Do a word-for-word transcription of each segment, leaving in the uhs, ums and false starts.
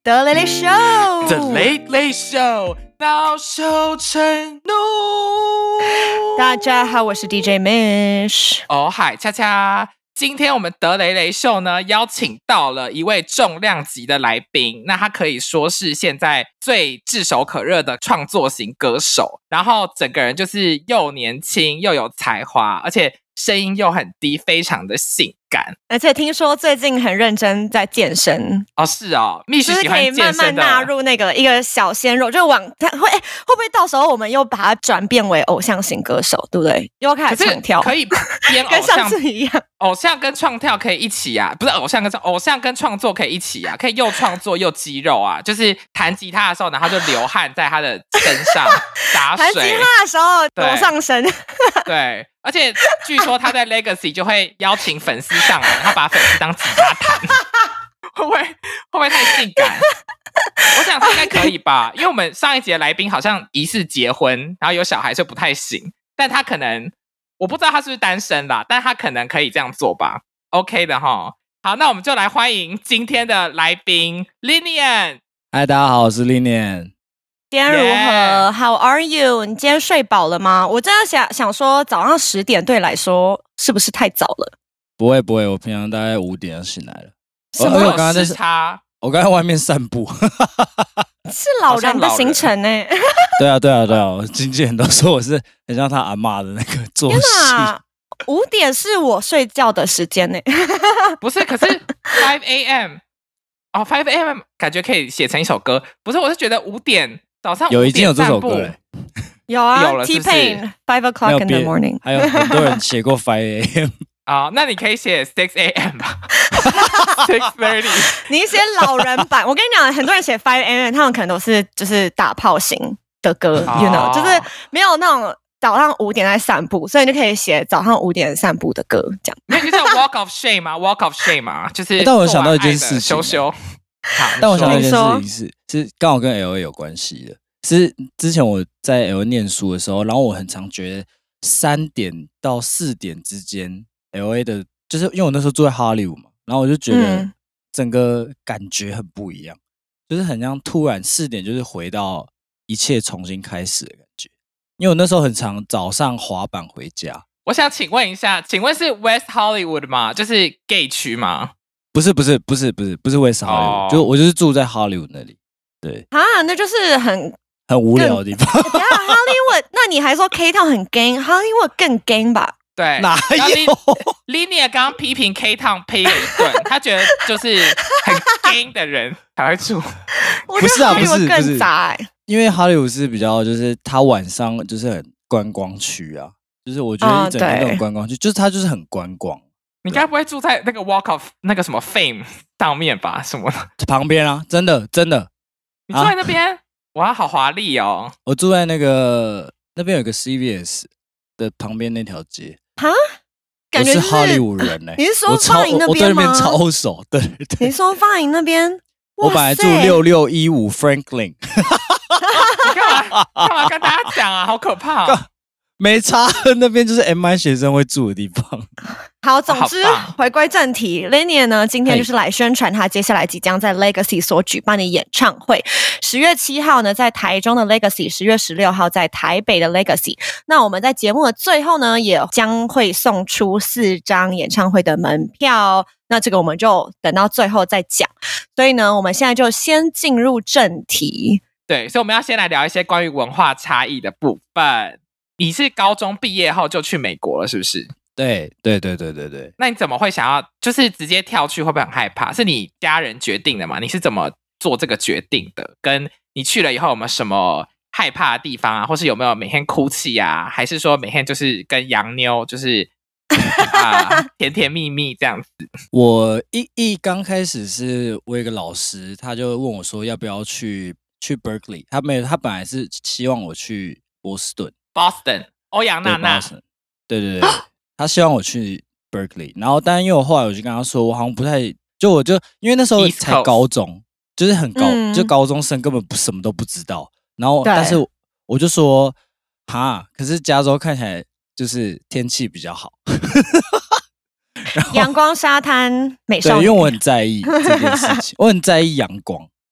The Late Late Show The Late Late Show 恼羞成怒。 大家好，我是 D J Mish。 哦嗨，恰恰，今天我们德雷雷秀呢邀请到了一位重量级的来宾，那他可以说是现在最炙手可热的创作型歌手，然后整个人就是又年轻又有才华，而且声音又很低，非常的性感。 而且听说最近很认真在健身哦，是哦，蜜就是喜喜欢可以慢健身的， 慢纳入那个一个小鲜肉，就往他会会不会到时候我们又把它转变为偶像型歌手，对不对？又要开始唱跳， 可以编偶跟上像次一样。 偶像跟创跳可以一起啊，不是偶像跟偶像跟创作可以一起啊，可以又创作又肌肉啊，就是弹吉他的时候，然后就流汗在他的身上洒水， 弹吉他的时候抖上身， 对，而且据说他在 Legacy 就会邀请粉丝上来，然后把粉丝当吉他弹，会不会会不会太性感？我想他应该可以吧，因为我们上一集的来宾好像疑似结婚，然后有小孩，所以不太行，但他可能。我不知道他是不是单身啦，但他可能可以这样做吧 ，OK 的齁。好，那我们就来欢迎今天的来宾 Linian。 嗨，大家好，我是 Linian。 今天如何、yeah. How are you？ 你今天睡饱了吗？我真的想想说，早上十点对来说是不是太早了？ 不会不会，我平常大概五点就醒来了。 什么有时差？ 我刚才外面散步。 是老人的行程呢、欸。 对啊对啊对啊，我经纪人都说我是很像他阿嬷的那个作息。 五点是我睡觉的时间呢、欸。 不是，可是 five a m 哦 five a m 感觉可以写成一首歌。不是，我是觉觉得五点早上有已经有这首歌了。 有啊， 有了是不是 T-Pain Five o'clock in the morning。 还有很多人写过 five a m 啊、哦，那你可以写 six a m 吧，six thirty。 你写老人版，我跟你讲，很多人写 five a m 他们可能都是就是打炮型的歌、哦、，you know， 就是没有那种早上五点在散步，所以你就可以写早上五点散步的歌，这样。 那就叫 walk of shame 嘛 ，walk of shame 嘛，就是、欸。 但我想到一件事情， 羞羞。 但我想到一件事情是，是刚好跟 L A 有关系的。是之前我在 L A 念书的时候，然后我很常觉得三点到四点之间。L A 的，就是因为我那时候住在哈利伍嘛，然后我就觉得整个感觉很不一样，嗯、就是很像突然四点就是回到一切重新开始的感觉。因为我那时候很常早上滑板回家。 我想请问一下，请问是 West Hollywood 吗？就是 gay 区吗？ 不是，不是，不是，不是，不是 West Hollywood，、oh. 就我就是住在哈利伍那里。对啊，那就是很很无聊的地方。 等下 Hollywood， 那你还说 K Town 很 gang，Hollywood 更 gang 吧？ 对， 哪有 ？Linian 刚刚批评 K Town 批了一顿，他觉得就是很 gay 的人才会住。 不是啊，不是， 不是， 因为哈利伍是比较，就是它晚上就是很观光区啊，就是我觉得一整个那种观光区，哦、就是它就是很观光。 你该不会住在那个 Walk of 那个什么 Fame 上面吧？什么旁边啊？真的真的， 你住在那边？啊、哇，好华丽哦！ 我住在那个那边有个 C V S 的旁边那条街。 哈，感觉、就是、 我是哈利伍人呢、欸。 你是说放营那边吗？ 我对那边超熟，对对。 你说放营那边？ 我本来住六六一五 Franklin。 你干嘛干嘛跟大家讲啊？好可怕、哦！ 没差，那边就是 M I 学生会住的地方。 好，总之回归正题 ，Linian 呢今天就是来宣传他接下来即将在 Legacy 所举办的演唱会。十月七号呢在台中的 Legacy， 十月十六号在台北的 Legacy。那我们在节目的最后呢，也将会送出四张演唱会的门票。那这个我们就等到最后再讲。所以呢，我们现在就先进入正题。 对，所以我们要先来聊一些关于文化差异的部分。你是高中毕业后就去美国了，是不是？ 对对对对对对。 那你怎么会想要就是直接跳去？会不会很害怕？是你家人决定的吗？你是怎么做这个决定的？跟你去了以后有没有什么害怕的地方啊？或是有没有每天哭泣啊？还是说每天就是跟洋妞就是啊、呃、甜甜蜜蜜这样子？ 我一一刚开始是我有一个老师，他就问我说要不要去去 Berkeley， 他没有，他本来是希望我去波士顿。 Boston， 欧阳娜娜， 对对对，他希望我去 Berkeley， 然后但因为我后来我就跟他说，我好像不太，就我就因为那时候才高中，就是很高，嗯、就高中生根本不什么都不知道，然后但是我就说，哈，可是加州看起来就是天气比较好， 阳光沙滩美少女， 对，因为我很在意这件事情，我很在意阳光，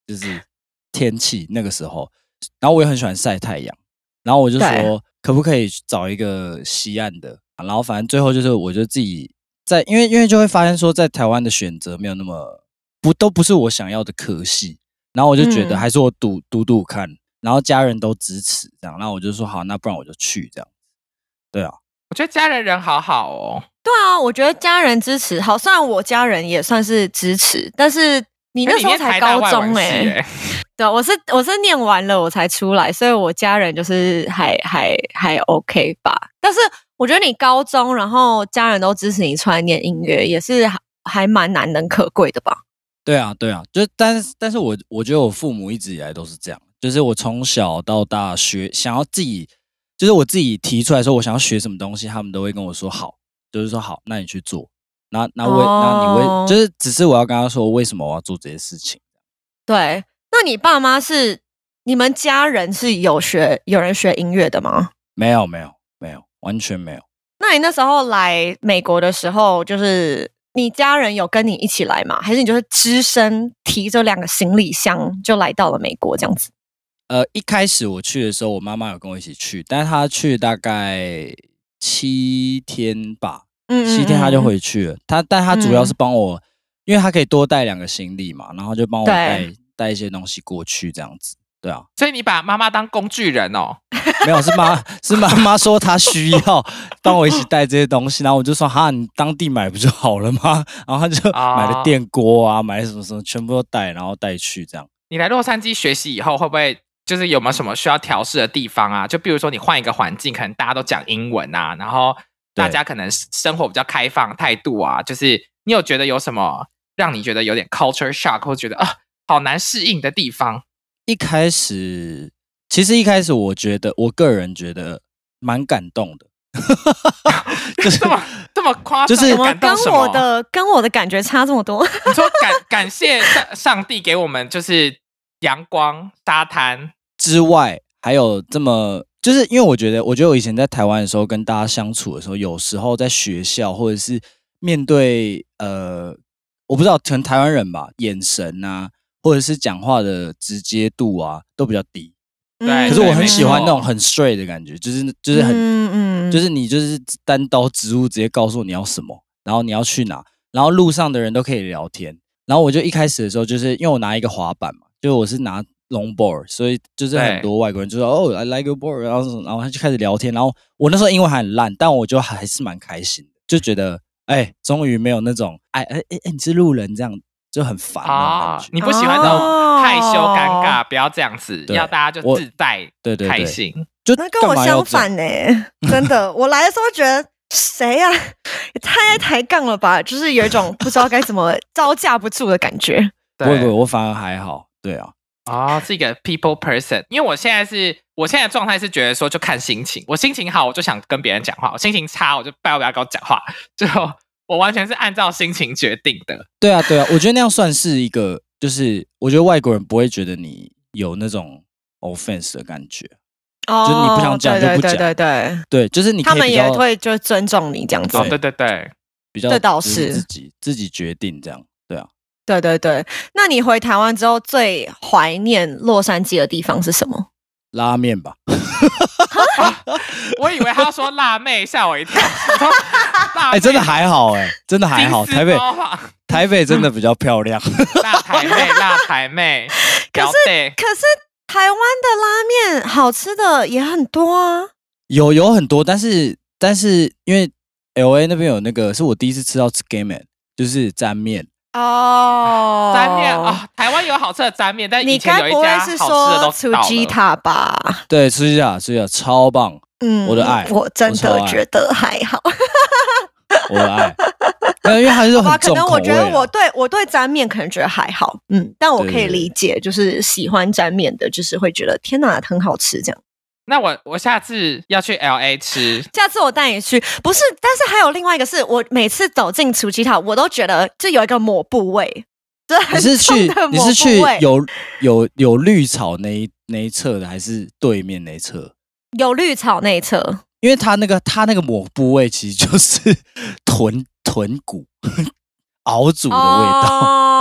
就是天气那个时候，然后我也很喜欢晒太阳，然后我就说可不可以找一个西岸的，然后反正最后就是我就自己在，因为因为就会发现说在台湾的选择没有那么不都不是我想要的科系，然后我就觉得还是我赌赌赌看，然后家人都支持这样，然后我就说好，那不然我就去这样，对啊， 我觉得家人人好好哦。 对啊，我觉得家人支持好，虽然我家人也算是支持，但是你那时候才高中哎、欸欸，对，我是我是念完了我才出来，所以我家人就是还还还 OK 吧。但是我觉得你高中，然后家人都支持你出来念音乐，也是还蛮难能可贵的吧？ 对啊，对啊，就但是但是我我觉得我父母一直以来都是这样，就是我从小到大学想要自己，就是我自己提出来说我想要学什么东西，他们都会跟我说好。就是说好，那你去做，那那为、哦、那你为就是只是我要跟他说为什么我要做这些事情。 对，那你爸妈是你们家人是有学有人学音乐的吗？ 没有没有没有，完全没有。 那你那时候来美国的时候，就是你家人有跟你一起来吗？还是你就是只身提着两个行李箱就来到了美国这样子？ 呃，一开始我去的时候，我妈妈有跟我一起去，但是她去大概七天吧。嗯，七天他就回去了。他，但他主要是帮我，嗯、因为他可以多带两个行李嘛，然后就帮我带带一些东西过去，这样子，对啊。 所以你把妈妈当工具人哦？ 没有，是妈是妈妈说她需要帮我一起带这些东西，然后我就说哈，你当地买不就好了吗？然后他就买了电锅啊，买了什么什么，全部都带，然后带去这样。 你来洛杉矶学习以后，会不会就是有没有什么需要调试的地方啊？就比如说你换一个环境，可能大家都讲英文啊，然后。大家可能生活比较开放态度啊，就是你有觉得有什么让你觉得有点 culture shock 或觉得啊好难适应的地方？ 一开始，其实一开始我觉得，我个人觉得蛮感动的， 就是这么这么夸张， 就是感动什么？ 跟我的跟我的感觉差这么多。 你说感感谢上上帝给我们就是阳光、沙滩之外，还有这么。就是因为我觉得，我觉得我以前在台湾的时候，跟大家相处的时候，有时候在学校或者是面对呃，我不知道，可能台湾人吧，眼神啊，或者是讲话的直接度啊，都比较低。 对， 可是我很喜欢那种很 straight 的感觉，就是就是很， 嗯嗯， 就是你就是单刀直入，直接告诉你要什么，然后你要去哪，然后路上的人都可以聊天。然后我就一开始的时候，就是因为我拿一个滑板嘛，就我是拿。longboard， 所以就是很多外国人就说哦 I like a board， 然后然后他就开始聊天，然后我那时候英文还很烂，但我就还是蛮开心的，就觉得哎，终于没有那种哎哎哎你是路人这样就很烦啊、哦， 你不喜欢那种害羞尴尬，不要这样子，要大家就自在对对开心。 就那跟我相反呢、欸，真的，我来的时候觉得谁呀、啊，也太抬杠了吧，就是有一种不知道该怎么招架不住的感觉。 不会不会，我反而还好，对啊。 哦，是一个 people person， 因为我现在是，我现在的状态是觉得说，就看心情。我心情好，我就想跟别人讲话；我心情差，我就拜托不要跟我讲话。就我完全是按照心情决定的。 对啊，对啊，我觉得那样算是一个，就是我觉得外国人不会觉得你有那种 offense 的感觉，哦、就是你不想讲就不讲， 对对对对对，就是你可以他们也会就尊重你这样子。 哦，对对对， 比较这倒是自己自己决定这样，对啊。 对对对，那你回台湾之后最怀念洛杉矶的地方是什么？ 拉面吧。 啊、我以为他说辣妹，吓我一跳。哎、 欸，真的还好哎、欸，真的还好。台北台北真的比较漂亮。 辣台妹，辣台妹。 可是可是台湾的拉面好吃的也很多啊。 有有很多，但是但是因为 L A 那边有那个，是我第一次吃到 Tsukemen， 就是沾面。 哦， 沾面啊、哦，台湾有好吃的沾面，但以前有一家好吃的都倒了。 你该不会是说 Tsujita 吧？ 对，Tsujita Tsujita超棒，嗯，我的爱， 我真的觉得还好。 我的爱，因为它是很重口味。可能我觉得我对我对沾面可能觉得还好，嗯，但我可以理解，就是喜欢沾面的，就是会觉得天哪，很好吃这样。 那我我下次要去 L A 吃， 下次我带你去。不是，但是还有另外一个是，我每次走进厨鸡塔，我都觉得就有一个抹布味， 你是去你是去有有有绿草那一那一侧的，还是对面那一侧？ 有绿草那一侧， 因为它那个它那个抹布味其实就是豚豚骨熬煮的味道。 哦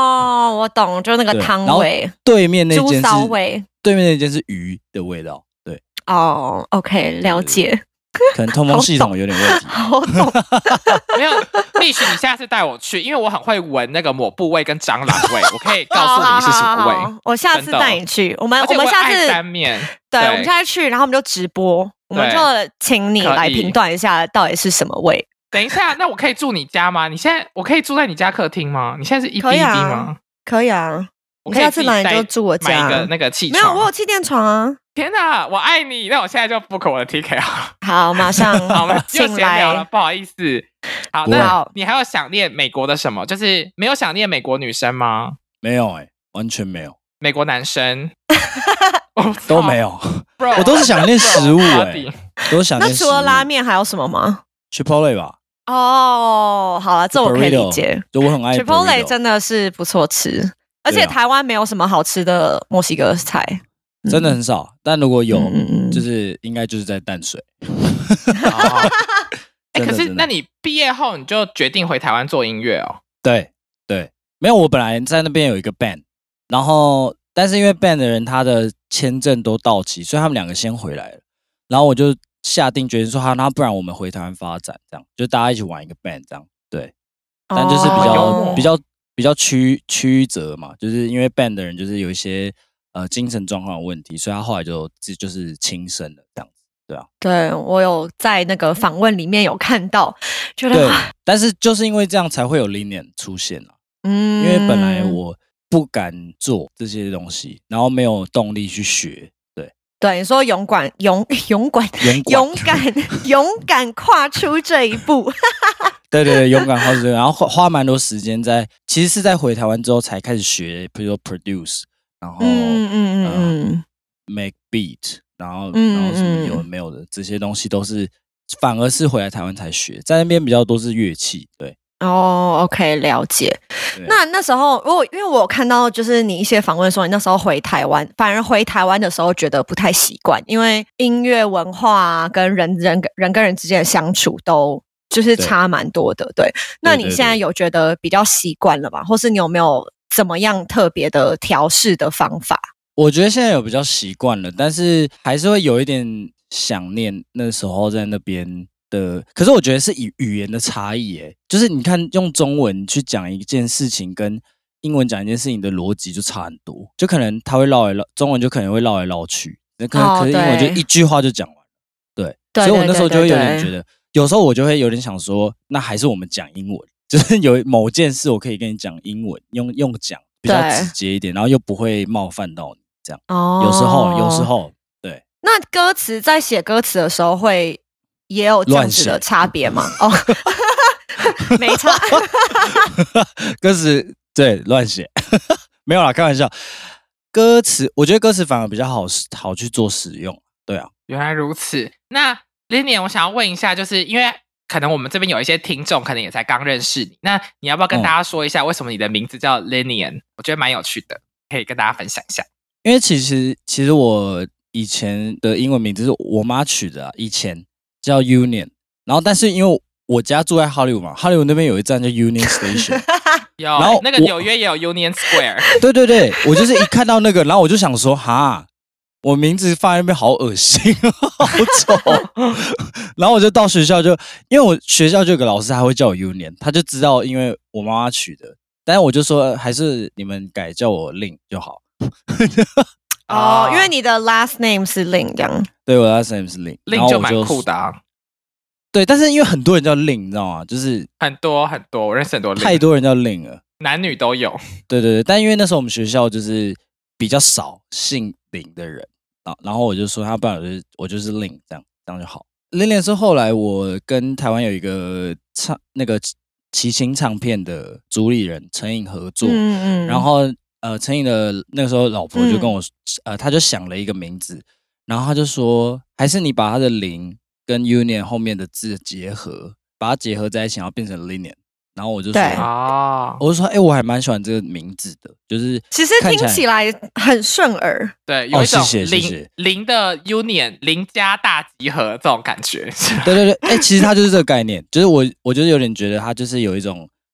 哦，我懂，就那个汤味， 对面那间是猪骚味， 对面那间是鱼的味道。对， 哦 ，OK， 了解。 可能通风系统有点问题。 好懂， 没有，必须你下次带我去，因为我很会闻那个抹布味跟蟑螂味，我可以告诉你是什么味。 好好好我下次带你去，我们我们下次沾面， 对，我们现在去，然后我们就直播，我们就请你来评断一下到底是什么味。 等一下，那我可以住你家吗？你现在我可以住在你家客厅吗？你现在是一 B 一 B 吗？ 可以啊， 我可以下次来你就住我家， 买一个那个气床。 没有，我有气垫床啊。 天哪，我爱你！那我现在就 book 我的 ticket 好。 好，马上好，我们又闲聊了， 来不好意思。好，那你还有想念美国的什么？就是没有想念美国女生吗？ 没有哎、欸，完全没有。 美国男生都没有，我都是想念食物哎、欸，都是想念食物。 那除了拉面还有什么吗 ？Chipotle 吧。 哦，好了，这我可以理解。 就我很爱 Chipotle 真的是不错吃，而且台湾没有什么好吃的墨西哥菜。 真的很少，但如果有，嗯、就是应该就是在淡水。 哎、欸，可是那你毕业后你就决定回台湾做音乐哦？ 对对，没有，我本来在那边有一个 band， 然后但是因为 band 的人他的签证都到期，所以他们两个先回来了，然后我就下定决心说，好，那不然我们回台湾发展，这样就大家一起玩一个 band 这样，对，但就是比较、哦、比较比较曲曲折嘛，就是因为 band 的人就是有一些。呃，精神状况的问题，所以他后来就就是轻生了，这样子，对啊。 对，我有在那个访问里面有看到，觉得对，但是就是因为这样才会有 Linian 出现啊。嗯，因为本来我不敢做这些东西，然后没有动力去学。对， 对，你说勇敢、勇勇敢、勇敢、勇敢跨出这一步。 对对对，勇敢跨出这一步，然后花花蛮多时间在，其实是在回台湾之后才开始学，比如说 produce。然后嗯嗯嗯 make beat， 然后、嗯、然后什么有没有的这些东西都是，反而是回来台湾才学，在那边比较多是乐器，对。 哦 ，OK， 了解。那那时候，我因为我有看到就是你一些访问说，你那时候回台湾，反而回台湾的时候觉得不太习惯，因为音乐文化啊，跟人人人跟人之间的相处都就是差蛮多的，对。那你现在有觉得比较习惯了吗？或是你有没有？怎么样特别的调试的方法？ 我觉得现在有比较习惯了，但是还是会有一点想念那时候在那边的。可是我觉得是以语言的差异，哎，就是你看用中文去讲一件事情，跟英文讲一件事情的逻辑就差很多。就可能他会绕来绕，中文就可能会绕来绕去，可能、哦、可是英文就一句话就讲完了。对，对，所以我那时候就会有点觉得，有时候我就会有点想说，那还是我们讲英文。就是有某件事，我可以跟你讲英文，用用讲比较直接一点，然后又不会冒犯到你，这样。哦，有时候，有时候，对。 那歌词在写歌词的时候，会也有这样子的差别吗？哦，没差。 歌词对乱写，没有啦，开玩笑。歌词，我觉得歌词反而比较好好去做使用，对啊。 原来如此。那 Linian， 我想要问一下，就是因为。可能我们这边有一些听众可能也才刚认识你，那你要不要跟大家说一下为什么你的名字叫 Linian？ 我觉得蛮有趣的，可以跟大家分享一下。 因为其实其实我以前的英文名字是我妈取的、啊，以前叫 Union， 然后但是因为我家住在 Hollywood 嘛 ，Hollywood 那边有一站叫 Union Station， 有，然后那个纽约也有 Union Square。对对对，我就是一看到那个，然后我就想说，哈。我名字放在那边好恶心，好丑。然后我就到学校就，因为我学校就有个老师还会叫我 Union， 他就知道因为我妈妈取的，但是我就说还是你们改叫我 Lin 就好。 哦，因为你的 last name 是 Lin 这样。 对，我 last name 是 Lin，Lin 就蛮酷的啊。 对，但是因为很多人叫 Lin， 你知道吗？就是很多很多，我认识很多 Lin， 太多人叫 Lin 了， 男女都有。 对对对，但因为那时候我们学校就是比较少姓林的人。然后我就说他不然我就是我就是 Lin 这样这样就好。Linian 是后来我跟台湾有一个唱那个齐秦唱片的主理人陈颖合作，嗯嗯，然后呃陈颖的那个时候老婆就跟我、嗯、呃他就想了一个名字，然后他就说还是你把他的林跟 Union 后面的字结合，把它结合在一起，然后变成 Linian。然后我就说啊，我就说，哎、欸，我还蛮喜欢这个名字的，就是其实听起来很顺耳， 对，有一种零、哦、谢谢谢谢零的 Union 零加大集合这种感觉。 对对对，哎、欸，其实它就是这个概念，就是我我就是有点觉得它就是有一种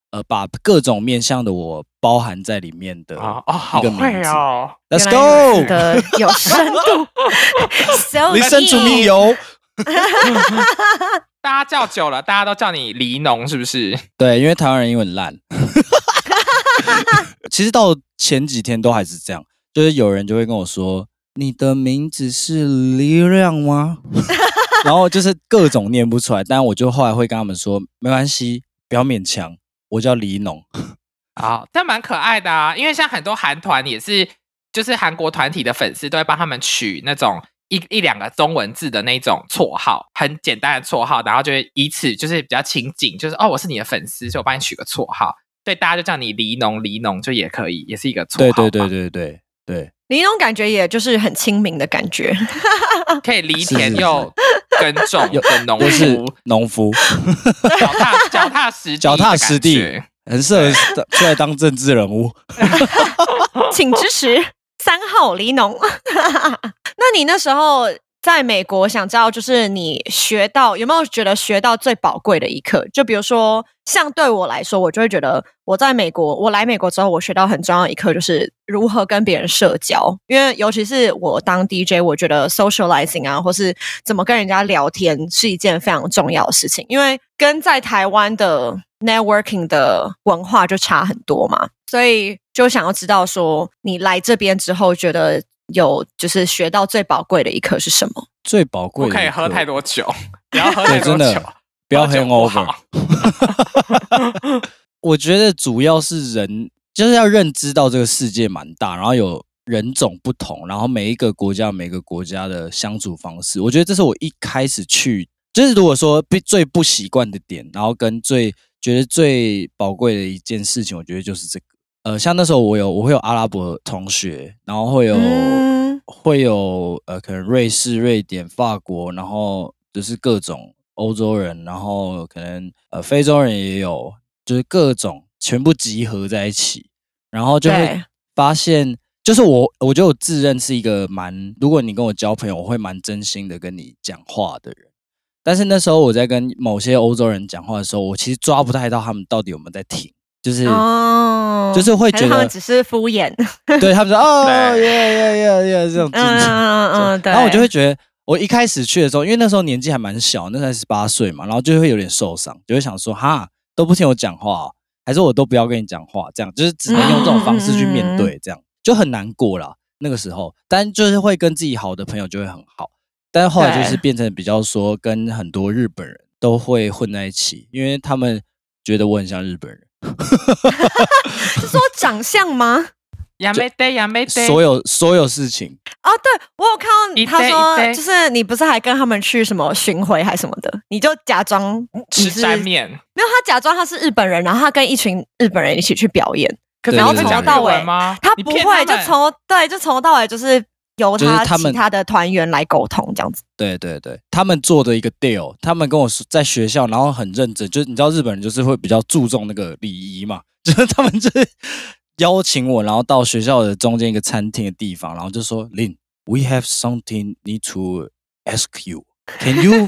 呃把各种面向的我包含在里面的一个名字。 哦， Let's go， 的有深度。so Listen to me 哟。 大家叫久了，大家都叫你黎农，是不是？ 对，因为台湾人英文烂。其实到前几天都还是这样，就是有人就会跟我说：“你的名字是黎亮吗？”然后就是各种念不出来，但我就后来会跟他们说：“没关系，不要勉强，我叫黎农。” 好，但蛮可爱的啊，因为像很多韩团也是，就是韩国团体的粉丝都会帮他们取那种。一一两个中文字的那种绰号，很简单的绰号，然后就会以此就是比较亲近，就是哦，我是你的粉丝，所以我帮你取个绰号，所以大家就叫你黎农，黎农就也可以，也是一个绰号。 对对对对对对， 黎农感觉也就是很亲民的感觉， 可以犁田又耕种的农夫， 农夫， 脚踏脚踏实地， 脚踏实地，很适合出来当政治人物。 请支持三号黎农。那你那时候在美国，想知道就是你学到有没有觉得学到最宝贵的一课？就比如说，像对我来说，我就会觉得我在美国，我来美国之后，我学到很重要的一课就是如何跟别人社交。因为尤其是我当 D J， 我觉得 socializing 啊，或是怎么跟人家聊天是一件非常重要的事情。因为跟在台湾的 networking 的文化就差很多嘛，所以就想要知道说，你来这边之后觉得。有就是学到最宝贵的一课是什么？ 最宝贵的不可以喝太多酒，不要喝太多酒， 不要 hangover。我觉得主要是人就是要认知到这个世界蛮大，然后有人种不同，然后每一个国家每个国家的相处方式，我觉得这是我一开始去，就是如果说最不习惯的点，然后跟最觉得最宝贵的一件事情，我觉得就是这个。呃，像那时候我有我会有阿拉伯同学，然后会有、嗯、会有呃，可能瑞士、瑞典、法国，然后就是各种欧洲人，然后可能呃非洲人也有，就是各种全部集合在一起，然后就会发现，就是我我觉得我自认是一个蛮，如果你跟我交朋友，我会蛮真心的跟你讲话的人。但是那时候我在跟某些欧洲人讲话的时候，我其实抓不太到他们到底有没有在听。就是哦，就是会觉得他们只是敷衍， 对他们说哦耶耶耶耶这种，嗯嗯嗯，对。然后我就会觉得，我一开始去的时候，因为那时候年纪还蛮小，那才十八岁嘛，然后就会有点受伤，就会想说哈都不听我讲话、哦，还是我都不要跟你讲话，这样就是只能用这种方式去面对，这样、嗯、就很难过啦。那个时候，但就是会跟自己好的朋友就会很好，但是后来就是变成比较说跟很多日本人都会混在一起，因为他们觉得我很像日本人。 是说长相吗？ 亚美得亚美得， 所有所有事情哦，对我有看到他说，就是你不是还跟他们去什么巡回还什么的，你就假装吃沾面， 没有他假装他是日本人，然后他跟一群日本人一起去表演， 可是然后从头到尾吗？ 他不会，就从对，就从头到尾就是由他其他的团员来沟通这样子。 对对对，他们做的一个 deal， 他们跟我说在学校，然后很认真，就是你知道日本人就是会比较注重那个礼仪嘛，就是他们就是邀请我，然后到学校的中间一个餐厅的地方，然后就说 Lin, we have something need to ask you. Can you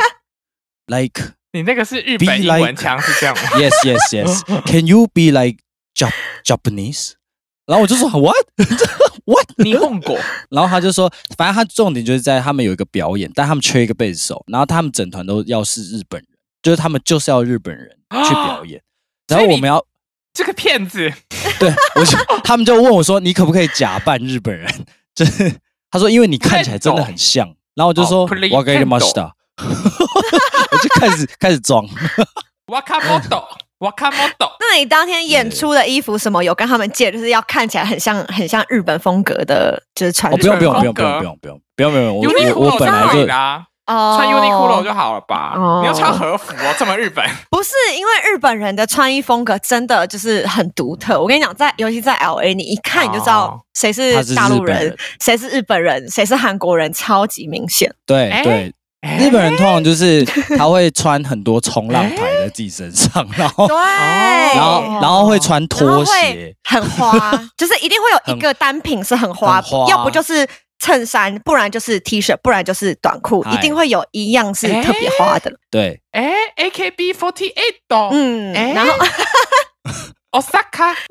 like 你那个是日本英文腔是这样吗？ Yes, yes, yes. Can you be like Japanese? 然后我就说 What? What? 你问过？ 然后他就说，反正他重点就是在他们有一个表演，但他们缺一个贝斯手，然后他们整团都要是日本人，就是他们就是要日本人去表演，然后我们要这个骗子， 对，我就他们就问我说，你可不可以假扮日本人？就是他说，因为你看起来真的很像，然后我就说，我给你 master， 我就开始开始装， 我卡莫多。我看不懂。 那你当天演出的衣服什么有跟他们借，就是要看起来很像很像日本风格的，就是穿。 哦，不用不用不用不用不用不用不用不用，我我本来就哦，穿 Uniqlo 就好了吧？哦、你要穿和服哦，这么日本？ 不是，因为日本人的穿衣风格真的就是很独特。我跟你讲，在尤其在 L A， 你一看你就知道谁是大陆人，谁是日本人，谁是韩国人，超级明显。 对对。日本人通常就是他会穿很多冲浪牌在自己身上，然后对， 然后然后会穿拖鞋， 很花，就是一定会有一个单品是很花，很花要不就是衬衫，不然就是 T 恤，不然就是短裤，一定会有一样是特别花的。 对， 哎 ，A K B 四十八 哦， 嗯，然后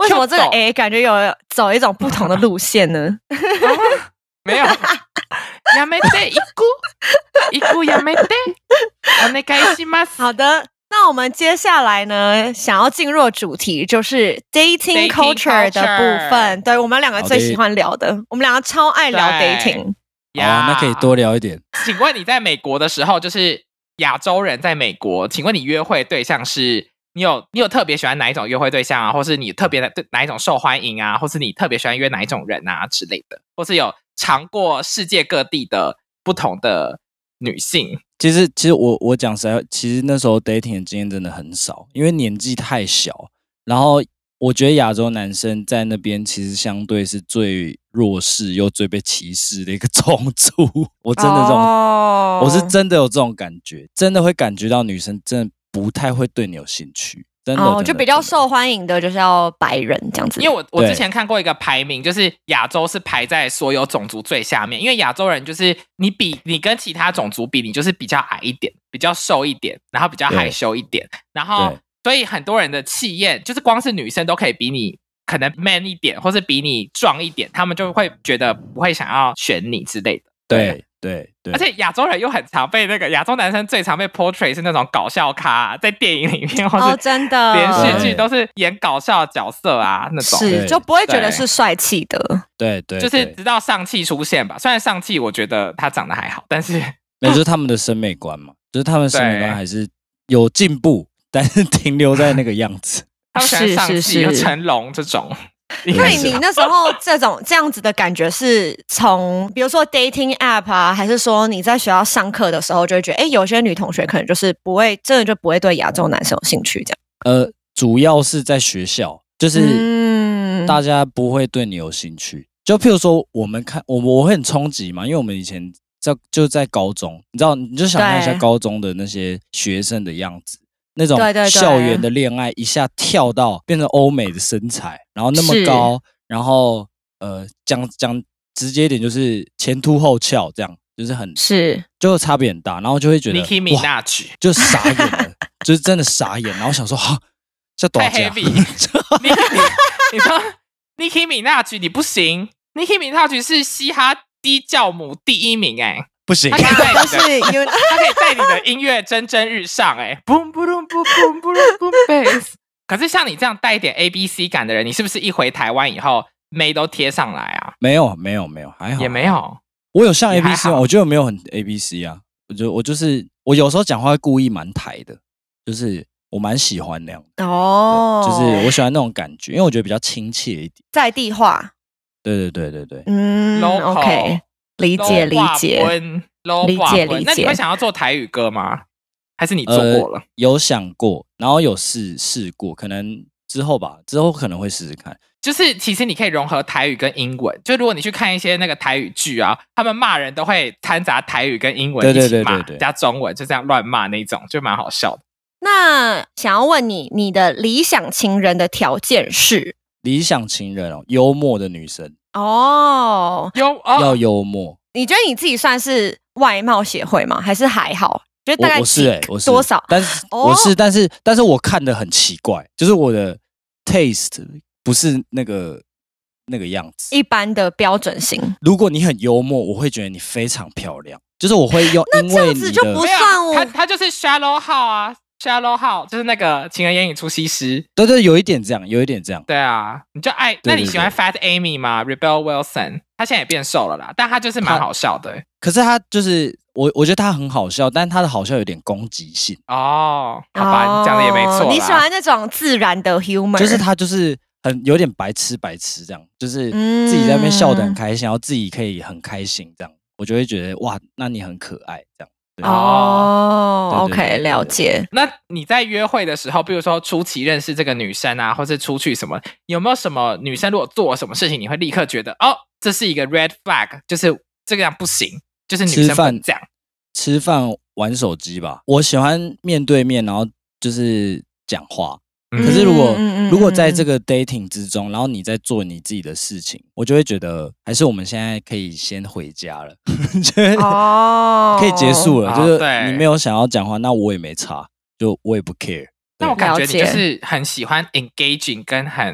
为什么这个 A 感觉有走一种不同的路线呢？ 没有。やめて一個一個やめてお願いします。 好的，那我们接下来呢，想要进入的主题就是 dating culture 的部分。对，我们两个最喜欢聊的，我们两个超爱聊 dating。 好啊，那可以多聊一点。 请问你在美国的时候，就是亚洲人在美国，请问你约会对象是你有你有特别喜欢哪一种约会对象啊，或是你特别的哪一种受欢迎啊，或是你特别喜欢约哪一种人啊之类的，或是有尝过世界各地的不同的女性？ 其实，其实我我讲实在，其实那时候 dating 的经验真的很少，因为年纪太小。然后我觉得亚洲男生在那边其实相对是最弱势又最被歧视的一个种族。我真的这种， oh. 我是真的有这种感觉，真的会感觉到女生真的不太会对你有兴趣。真的， oh, 真的就比较受欢迎的就是要白人这样子。 因为我我之前看过一个排名，就是亚洲是排在所有种族最下面，因为亚洲人就是你比你跟其他种族比，你就是比较矮一点，比较瘦一点，然后比较害羞一点，然后所以很多人的气焰就是光是女生都可以比你可能 man 一点，或是比你壮一点，他们就会觉得不会想要选你之类的。 对对对， 而且亚洲人又很常被那个亚洲男生最常被 portray 是那种搞笑咖、啊，在电影里面或是真的连续剧都是演搞笑的角色啊，那种是就不会觉得是帅气的。 对 对, 对， 就是直到上汽出现吧。虽然上汽我觉得他长得还好，但是那就是他们的审美观嘛，就是他们的审美观还是有进步，但是停留在那个样子。 他们喜欢上汽有成龙这种。 那你你那时候这种这样子的感觉是从比如说 dating app 啊，还是说你在学校上课的时候就会觉得，哎，有些女同学可能就是不会，真的就不会对亚洲男生有兴趣这样？呃， 主要是在学校，就是大家不会对你有兴趣。嗯、就譬如说我们看我我会很冲击嘛，因为我们以前在就在高中，你知道，你就想象一下高中的那些学生的样子。那种校园的恋爱一下跳到变成欧美的身材，然后那么高，然后呃讲讲直接一点就是前凸后翘，这样就是很是就差別很大，然后就会觉得 Nicki Minaj 就傻眼了，就是真的傻眼，然后想说哈，这多少太 heavy， 你, 你说 Nicki Minaj 你不行 ，Nicki Minaj 是嘻哈低教母第一名哎、欸。 不行， 他可以带你的，他可以带你的音乐蒸蒸日上、欸，哎，boom boom boom boom boom boom bass。可是像你这样带一点 A B C 感的人，你是不是一回台湾以后妹都贴上来啊？ 没有，没有，没有，还好， 也没有。 我有像 A B C 吗？我觉得没有很 A B C 啊。我就我就是我有时候讲话会故意蛮台的，就是我蛮喜欢那样的哦，就是我喜欢那种感觉，因为我觉得比较亲切一点， 在地化。 对对对对对， 嗯 ，OK。理解理解理解理解。 那你会想要做台语歌吗？还是你做过了？ 呃、有想过，然后有试试过，可能之后吧，之后可能会试试看。 就是其实你可以融合台语跟英文，就如果你去看一些那个台语剧啊，他们骂人都会掺杂台语跟英文一起骂，对对对对对，加中文，就这样乱骂那种，就蛮好笑的。 那想要问你，你的理想情人的条件是？ 理想情人哦，幽默的女生。 哦， 幽、哦、 要幽默。 你觉得你自己算是外貌协会吗？还是还好？觉得大概我我是哎、欸，我是多少？ 但是、哦、我是，但是但是我看的很奇怪，就是我的 taste 不是那个那个样子， 一般的标准型。 如果你很幽默，我会觉得你非常漂亮，就是我会用， 那这样子就不算我。 他他就是 shallow 号啊。Shallow 号就是那个情人眼影出西施， 对对，有一点这样，有一点这样。 对啊，你就爱，对对对，那你喜欢 Fat Amy 吗 ？Rebel Wilson， 他现在也变瘦了啦，但他就是蛮好笑的。 可是他就是我，我觉得他很好笑，但他的好笑有点攻击性。 哦，好吧，哦、你讲的也没错。 你喜欢那种自然的 humor， 就是他就是很有点白痴白痴这样，就是自己在那边笑得很开心，然后自己可以很开心这样，我就会觉得哇，那你很可爱这样。 哦 ，OK， 了解。 那你在约会的时候，比如说初期认识这个女生啊，或是出去什么，有没有什么女生如果做什么事情，你会立刻觉得哦，这是一个 red flag， 就是这个样不行，就是女生不能这样。 吃饭玩手机吧，我喜欢面对面，然后就是讲话。可是如果、嗯、如果在这个 dating 之中，然后你在做你自己的事情，我就会觉得还是我们现在可以先回家了，哦，可以结束了。哦、就是你没有想要讲话，那我也没差，就我也不 care。 那我感觉你就是很喜欢 engaging 跟很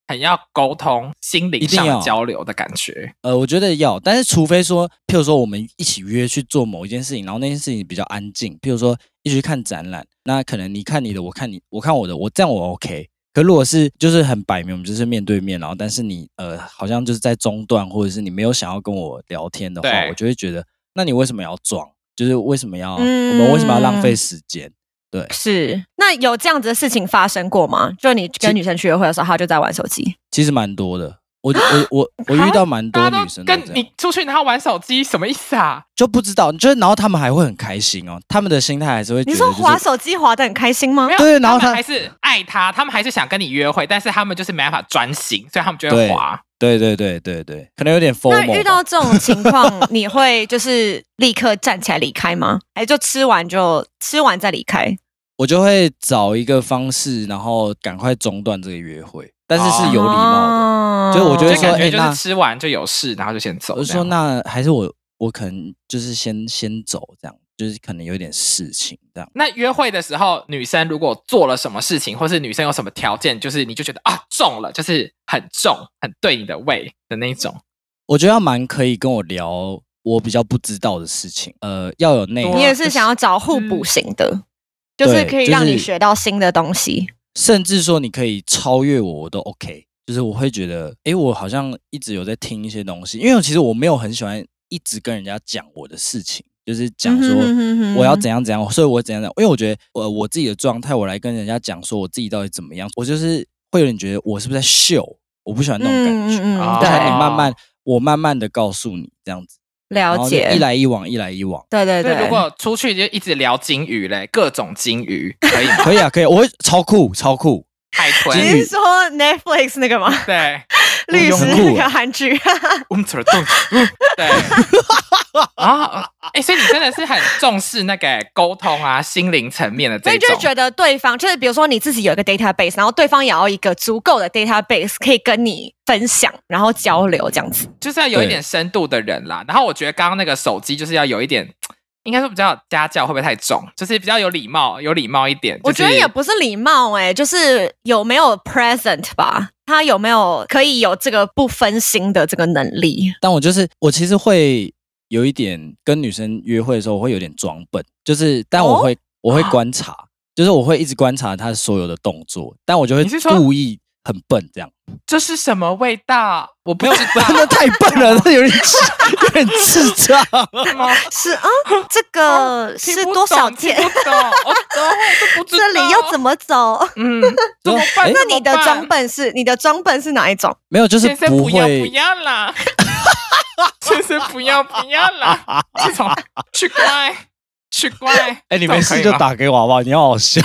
很要沟通、心灵上的交流的感觉。 呃，我觉得要，但是除非说，譬如说我们一起约去做某一件事情，然后那件事情比较安静，譬如说一起去看展览，那可能你看你的，我看你，我看我的，我这样我 OK。可如果是就是很摆明，我们就是面对面，然后但是你呃好像就是在中断，或者是你没有想要跟我聊天的话，我就会觉得，那你为什么要装？就是为什么要、嗯、我们为什么要浪费时间？对， 是。那有这样子的事情发生过吗？就你跟女生去约会的时候，她就在玩手机？ 其实蛮多的。我我我我遇到蛮多女生跟你出去然后玩手机，什么意思啊？ 就不知道，就是然后他们还会很开心哦，他们的心态还是会觉得、就是， 你说滑手机滑得很开心吗？ 对，然后他们还是爱他，他们还是想跟你约会，但是他们就是没办法专心，所以他们就会滑。 对对对对对，可能有点 F O M O。 那遇到这种情况，你会就是立刻站起来离开吗？还是就吃完就吃完再离开？ 我就会找一个方式，然后赶快中断这个约会，但是是有礼貌的。哦、就我就会说， 哎、欸，就是吃完就有事，然后就先走。 我就说，那还是我我可能就是先先走，这样就是可能有点事情这样。 那约会的时候，女生如果做了什么事情，或是女生有什么条件，就是你就觉得啊中了，就是很重，很对你的胃的那种。 我觉得要蛮可以跟我聊我比较不知道的事情，呃，要有内容。 你也是想要找互补型的。嗯，就是可以让你学到新的东西，就是、 甚至说你可以超越我，我都 OK。就是我会觉得，哎，我好像一直有在听一些东西，因为其实我没有很喜欢一直跟人家讲我的事情，就是讲说我要怎样怎样，所以我怎样怎样。因为我觉得，呃，我自己的状态，我来跟人家讲说我自己到底怎么样，我就是会有点觉得我是不是在秀，我不喜欢那种感觉。嗯嗯嗯、但你慢慢，我慢慢的告诉你这样子。 了解， 一来一往，一来一往。 对对对， 如果出去就一直聊金鱼嘞，各种金鱼，可以吗？ 可以啊，可以，我会超酷，超酷。 海豚， 你是说 Netflix 那个吗？ 对， 律师那个韩剧。 对。啊，哎，所以你真的是很重视那个沟通啊，心灵层面的这种。 所以就觉得对方就是，比如说你自己有一个 database， 然后对方也要一个足够的 database 可以跟你分享，然后交流这样子， 就是要有一点深度的人啦。然后我觉得刚刚那个手机就是要有一点，应该说比较家教会不会太重？就是比较有礼貌，有礼貌一点。就是、 我觉得也不是礼貌哎、欸，就是有没有 present 吧。他有没有可以有这个不分心的这个能力？ 但我就是我其实会有一点跟女生约会的时候，我会有点装笨，就是但我会、哦、我会观察，就是我会一直观察她所有的动作，但我就会故意很笨这样。 这是什么味道？我不知道， 那太笨了，那有点有点智障。 是啊，这个是多少钱？ 不懂，我都不知道。 这里要怎么走？ 嗯，怎么办？ 那你的装笨是你的装笨是哪一种？ 没有，就是不会。 先生不要不要啦！先生不要不要啦！这种去乖去乖。 哎、欸，你没事就打给我好不好？你好好笑。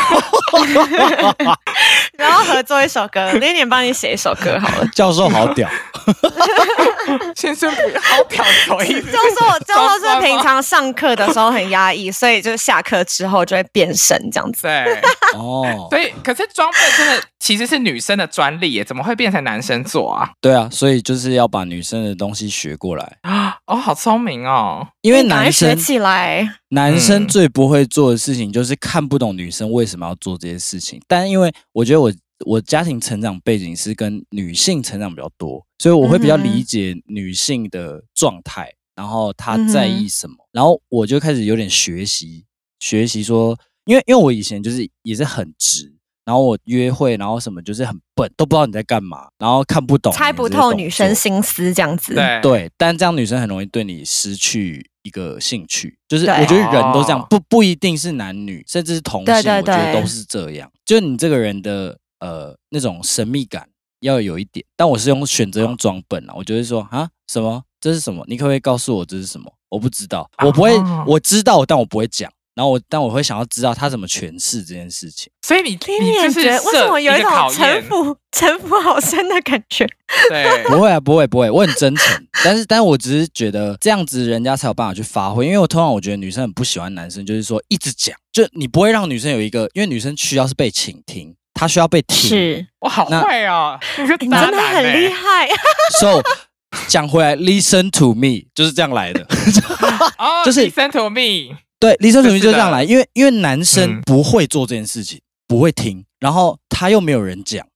然后合作一首歌 ，Lilian 帮你写一首歌好了。 教授好屌。 先生不要好屌，什么意思？ 教授，教授是平常上课的时候很压抑，所以就是下课之后就会变身这样子。 对，哦，所以可是装笨真的其实是女生的专利耶，怎么会变成男生做啊？ 对啊，所以就是要把女生的东西学过来啊！哦，好聪明哦， 因为男生学起来， 男生最不会做的事情就是看不懂女生为什么要做这些事情，但因为我觉得我。我家庭成长背景是跟女性成长比较多，所以我会比较理解女性的状态，然后她在意什么，然后我就开始有点学习学习说，因为因为我以前就是也是很直，然后我约会然后什么就是很笨，都不知道你在干嘛，然后看不懂， 猜不透女生心思这样子。 对对，但这样女生很容易对你失去一个兴趣，就是我觉得人都这样，不不一定是男女，甚至是同性，我觉得都是这样，就是你这个人的。呃，那种神秘感要有一点，但我是用选择用装笨啊，我就会说啊，什么这是什么？你可不可以告诉我这是什么？我不知道，我不会，我知道，但我不会讲。然后我，但我会想要知道他怎么诠释这件事情。 所以你，你就是为什么有一种城府城府好深的感觉？ 对， 不会啊，不会，不会，我很真诚。但是，但是我只是觉得这样子人家才有办法去发挥。因为我通常我觉得女生很不喜欢男生，就是说一直讲，就你不会让女生有一个，因为女生需要是被倾听。他需要被听， 是哇，好会哦！你真的很厉害。 So 讲回来 ，listen to me 就是这样来的。 哦，就是 listen to me， 对 ，listen to me 就这样来，因为因为男生不会做这件事情，嗯、不会听，然后他又没有人讲，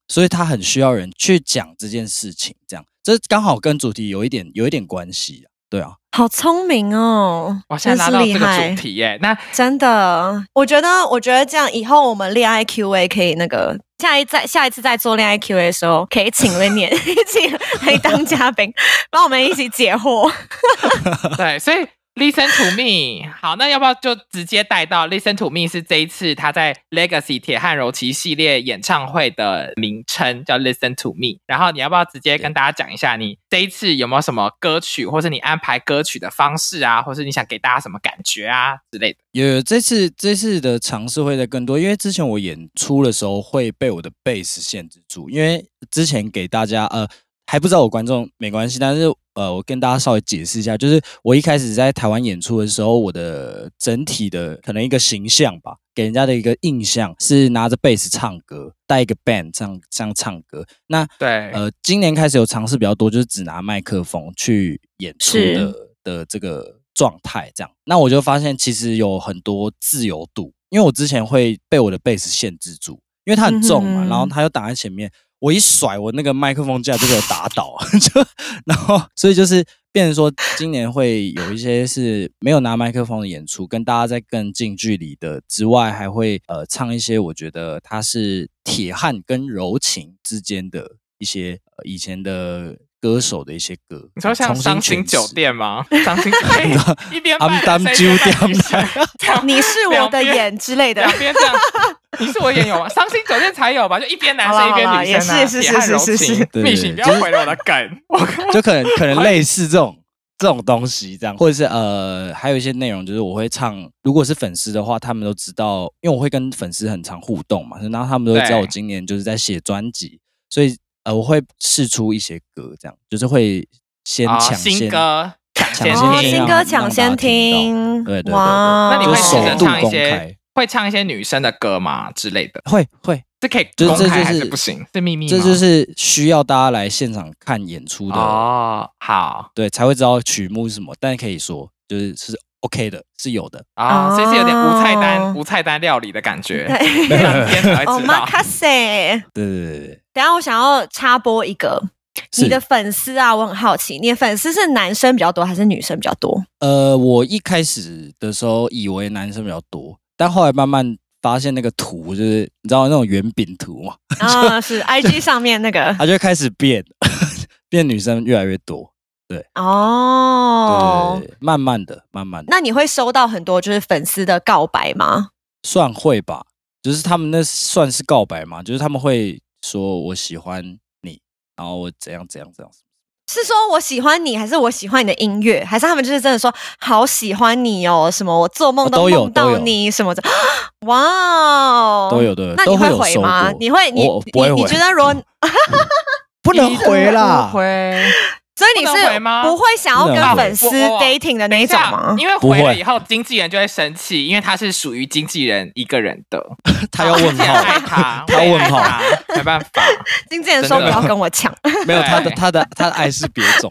所以他很需要人去讲这件事情，这样这刚好跟主题有一点有一点关系啊，对啊。 好聪明哦！ 我现在拿到这个主题耶，那真的，我觉得，我觉得这样以后我们恋爱 Q A 可以那个下一再下一次再做恋爱 Q A 的时候，可以请Linian一起来当嘉宾，帮我们一起解惑。 对，所以。Listen to me， 好，那要不要就直接带到 Listen to me 是这一次他在 Legacy 铁汉柔情系列演唱会的名称，叫 Listen to me。然后你要不要直接跟大家讲一下，你这一次有没有什么歌曲，或是你安排歌曲的方式啊，或是你想给大家什么感觉啊之类的？ 有有，这次这次的尝试会再更多，因为之前我演出的时候会被我的贝斯限制住，因为之前给大家呃。还不知道我观众没关系，但是呃，我跟大家稍微解释一下，就是我一开始在台湾演出的时候，我的整体的可能一个形象吧，给人家的一个印象是拿着贝斯唱歌，带一个 band 这样这样唱歌。那对， 呃，今年开始有尝试比较多，就是只拿麦克风去演出的的这个状态，这样。那我就发现其实有很多自由度，因为我之前会被我的贝斯限制住，因为它很重嘛，嗯、然后它又挡在前面。我一甩，我那个麦克风架就给我打倒，就然后所以就是变成说，今年会有一些是没有拿麦克风的演出，跟大家在更近距离的之外，还会呃唱一些我觉得它是铁汉跟柔情之间的一些、呃、以前的歌手的一些歌。 你说像伤心酒店吗？伤心酒店一边安当酒店， 你是我的眼之类的， 两边这样。你是我演有吗？伤心酒店才有吧？就一边男生一边女生、啊， 也是是是是是是。 蜜雪，不要毁了我的梗。 就可能可能类似这种这种东西，这样，或者是呃，还有一些内容，就是我会唱。如果是粉丝的话，他们都知道，因为我会跟粉丝很常互动嘛，然后他们都知道我今年就是在写专辑，所以呃，我会释出一些歌，这样就是会先抢先、 哦、新歌，抢先听， 哦、新歌抢先听， 对对对对。 那你会试着唱一些？ 开会唱一些女生的歌吗之类的？ 会会， 这可以公开还是不行？是秘密吗？ 这就是需要大家来现场看演出的哦。好， 对，才会知道曲目是什么。但是可以说，就是是 OK 的，是有的啊、哦，所以是有点无菜单、哦、无菜单料理的感觉。对，两天才会知道。 哦，马卡塞。 对对对对。 等一下，我想要插播一个。你的粉丝啊，我很好奇，你的粉丝是男生比较多还是女生比较多？ 呃，我一开始的时候以为男生比较多。但后来慢慢发现那个图就是你知道那种圆饼图嘛？ 啊、哦，是 I G 上面那个， 它就开始变，变女生越来越多。对， 哦， 对对对，慢慢的，慢慢的。 那你会收到很多就是粉丝的告白吗？ 算会吧，就是他们那算是告白嘛，就是他们会说我喜欢你，然后我怎样怎样怎样。 是说我喜欢你，还是我喜欢你的音乐，还是他们就是真的说好喜欢你哦？什么我做梦都梦到你什么的？哇哦， 都有都有。 那你会回吗？你会你我不会回。 你觉得如果不能回啦， 不回。 所以你是不会想要跟粉丝 dating 的那一种吗？ 因为回了以后，经纪人就会生气，因为他是属于经纪人一个人的， 他要问号， 爱他， 他要问号， 没办法。 经纪人说不要跟我抢， 没有他的他的他的爱是别种，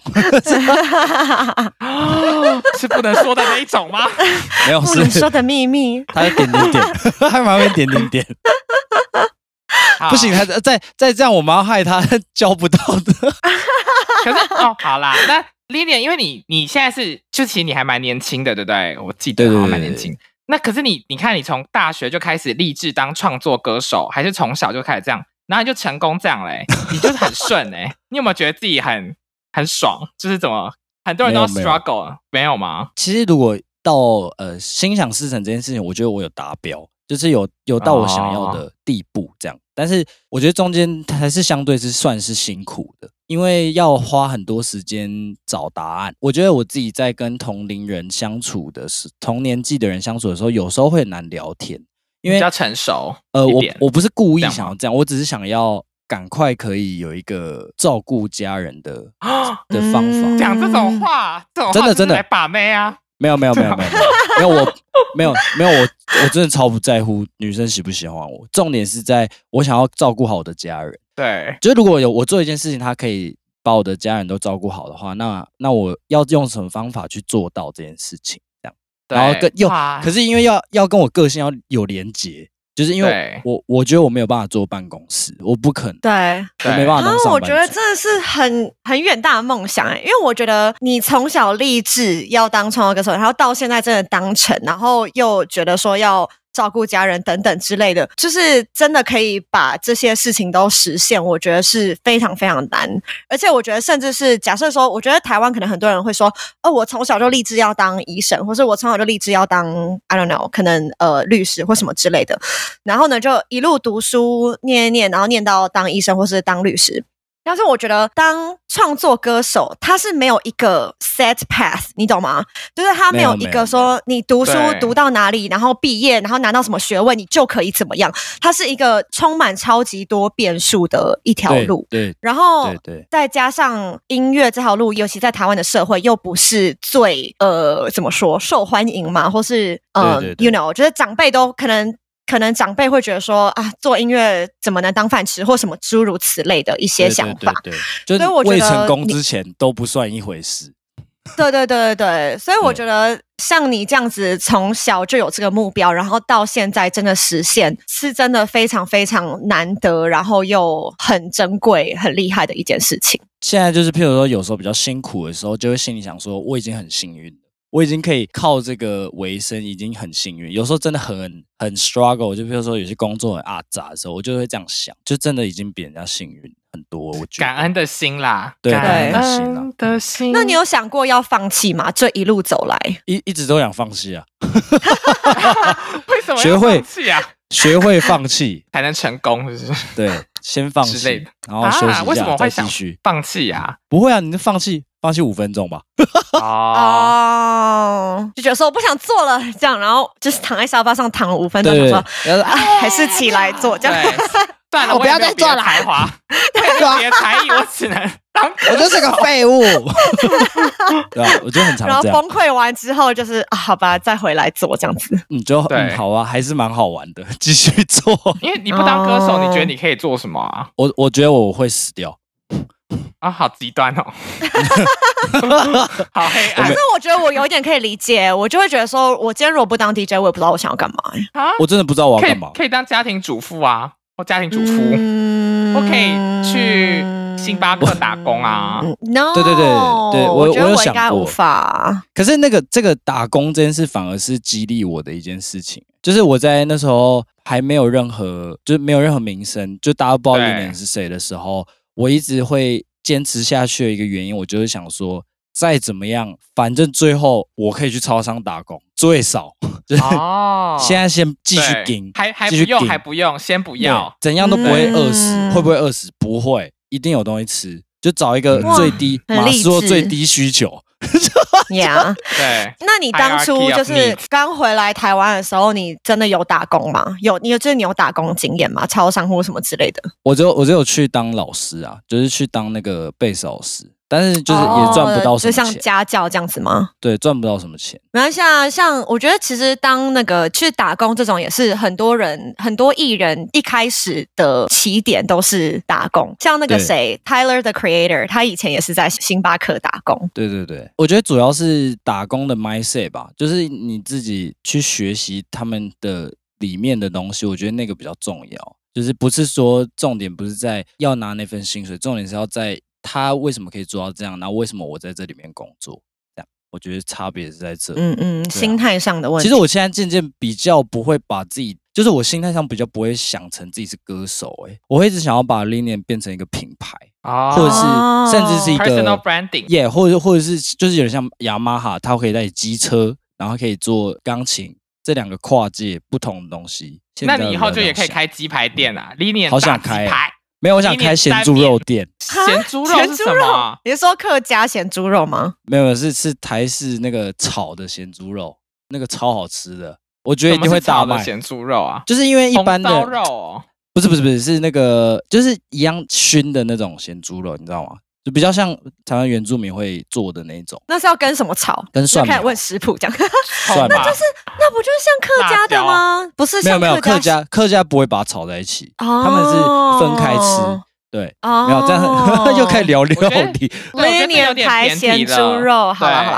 是不能说的那一种吗？ 没有， 不能说的秘密。 他点点点，他旁边点点点。不行，他再再这样，我们要害他交不到的。 可是哦，好啦，那 Linian， 因为你你现在是，就其实你还蛮年轻的，对不对？我记得好像蛮年轻。那可是你，你看你从大学就开始立志当创作歌手，还是从小就开始这样，然后你就成功这样嘞？你就是很顺哎，你有没有觉得自己很很爽？就是怎么很多人都 struggle， 没, 没有吗？ 其实如果到呃心想事成这件事情，我觉得我有达标。就是有有到我想要的地步这样，哦、但是我觉得中间还是相对是算是辛苦的，因为要花很多时间找答案。我觉得我自己在跟同龄人相处的时，同年纪的人相处的时候，有时候会很难聊天，因为比较成熟。 呃，我我不是故意想要这样，我只是想要赶快可以有一个照顾家人的的方法。 讲这种话，这种话真的真的来把妹啊。 没有没有没有没有没有我没有没有我我真的超不在乎女生喜不喜欢我，重点是在我想要照顾好我的家人。 对， 就是如果有我做一件事情，他可以把我的家人都照顾好的话，那那我要用什么方法去做到这件事情？这样，然后跟又可是因为要要跟我个性要有连结， 就是因为我我觉得我没有办法坐办公室，我不可能， 对， 我没办法当上班族。 我觉得真的是很很远大的梦想哎，因为我觉得你从小立志要当创作歌手，然后到现在真的当成，然后又觉得说要照顾家人等等之类的，就是真的可以把这些事情都实现，我觉得是非常非常难。而且我觉得甚至是假设说，我觉得台湾可能很多人会说，哦，我从小就立志要当医生，或是我从小就立志要当 I don't know 可能呃律师或什么之类的，然后呢就一路读书念念，然后念到当医生或是当律师。但是我觉得当创作歌手他是没有一个 set path， 你懂吗？就是他没有一个说你读书读到哪里，然后毕业，然后拿到什么学位你就可以怎么样，它是一个充满超级多变数的一条路。 对，对， 然后对对再加上音乐这条路，尤其在台湾的社会又不是最呃怎么说受欢迎嘛，或是呃 you know 就是长辈都可能可能长辈会觉得说啊，做音乐怎么能当饭吃，或什么诸如此类的一些想法。 对对对对，所以我觉得未成功之前都不算一回事。 对对对对对，所以我觉得像你这样子从小就有这个目标，然后到现在真的实现，是真的非常非常难得，然后又很珍贵、很厉害的一件事情。 现在就是譬如说有时候比较辛苦的时候，就会心里想说我已经很幸运了，我已经可以靠这个为生，已经很幸运。有时候真的很很 struggle， 就比如说有些工作很阿杂的时候，我就会这样想，就真的已经比人家幸运很多。我觉得感恩的心啦， 对， 感恩的心啦。 的心。 那你有想过要放弃吗？这一路走来， 一一直都想放弃啊。 为什么要放弃啊？ 学会放弃才能成功，是不是？ 对，先放弃，然后休息一下， 啊、为什么会想继续放弃啊？ 不会啊，你就放弃。放弃五分钟吧。 哦，就觉得说我不想做了，这样，然后就是躺在沙发上躺了五分钟，想说啊，还是起来做，这样。 算了， 我不要再做了。 才华，别的才艺，我只能当， 我就是个废物。对啊，我就很常这样。 然后崩溃完之后，就是啊，好吧，再回来做这样子。 你就嗯，好啊，还是蛮好玩的，继续做。 因为你不当歌手，你觉得你可以做什么啊？ 我我觉得我会死掉。 啊，好极端哦，好黑暗。 可是我觉得我有一点可以理解，我就会觉得说，我今天如果不当 D J， 我也不知道我想要干嘛。 啊，我真的不知道我要干嘛。 可以, 可以当家庭主妇啊，或家庭主夫，嗯、我可以去星巴克打工啊。 No， 对对对对，我我觉得我有想过， 无法。 可是那个这个打工这件事，反而是激励我的一件事情。就是我在那时候还没有任何，就是没有任何名声，就大家不知道Linian是谁的时候，我一直会坚持下去的一个原因，我就是想说，再怎么样，反正最后我可以去超商打工，最少就是、哦、现在先继续盯， 还还不用，还不用，先不要， 怎样都不会饿死，嗯、会不会饿死？不会，一定有东西吃，就找一个最低马斯洛最低需求。 呀， 对。 那你当初就是刚回来台湾的时候，你真的有打工吗？有，你有就是你有打工经验吗？超商或什么之类的？ 我就我就有去当老师啊，就是去当那个贝斯老师，但是就是也赚不到什么钱，哦、就像家教这样子吗？ 对，赚不到什么钱。 没关系啊，像我觉得其实当那个去打工这种，也是很多人很多艺人一开始的起点都是打工。像那个谁 ，Tyler the Creator， 他以前也是在星巴克打工。 对对对，我觉得主要是打工的 mindset 吧，就是你自己去学习他们的里面的东西，我觉得那个比较重要。就是不是说重点不是在要拿那份薪水，重点是要在他为什么可以做到这样，然后为什么我在这里面工作，这样我觉得差别是在这。 嗯嗯，啊、心态上的问题。 其实我现在渐渐比较不会把自己，就是我心态上比较不会想成自己是歌手、欸，哎，我会一直想要把 Linian 变成一个品牌，哦、或者是甚至是一个 personal branding， yeah， 或者或者是就是有点像雅马哈，它可以带机车，然后可以做钢琴。这两个跨界不同的东西， 那你以后就也可以开鸡排店啊 ！Linian 好想开、啊，没有，我想开咸猪肉店。 咸猪肉是什么？ 你是说客家咸猪肉吗？ 没有，是是台式那个炒的咸猪肉，那个超好吃的，我觉得一定会大卖。 咸猪肉啊， 就是因为一般的红烧肉、哦， 不是不是不是是那个就是一样熏的那种咸猪肉，你知道吗？就比较像台湾原住民会做的那种。 那是要跟什么炒？ 跟蒜苗。 开始问食谱这样。 蒜那就是那不就是像客家的吗？不是像没有没有客家客家不会把它炒在一起，哦、他们是分开吃。对，哦、没有这样又开始聊料理。 Linian 台咸猪肉，好了好了。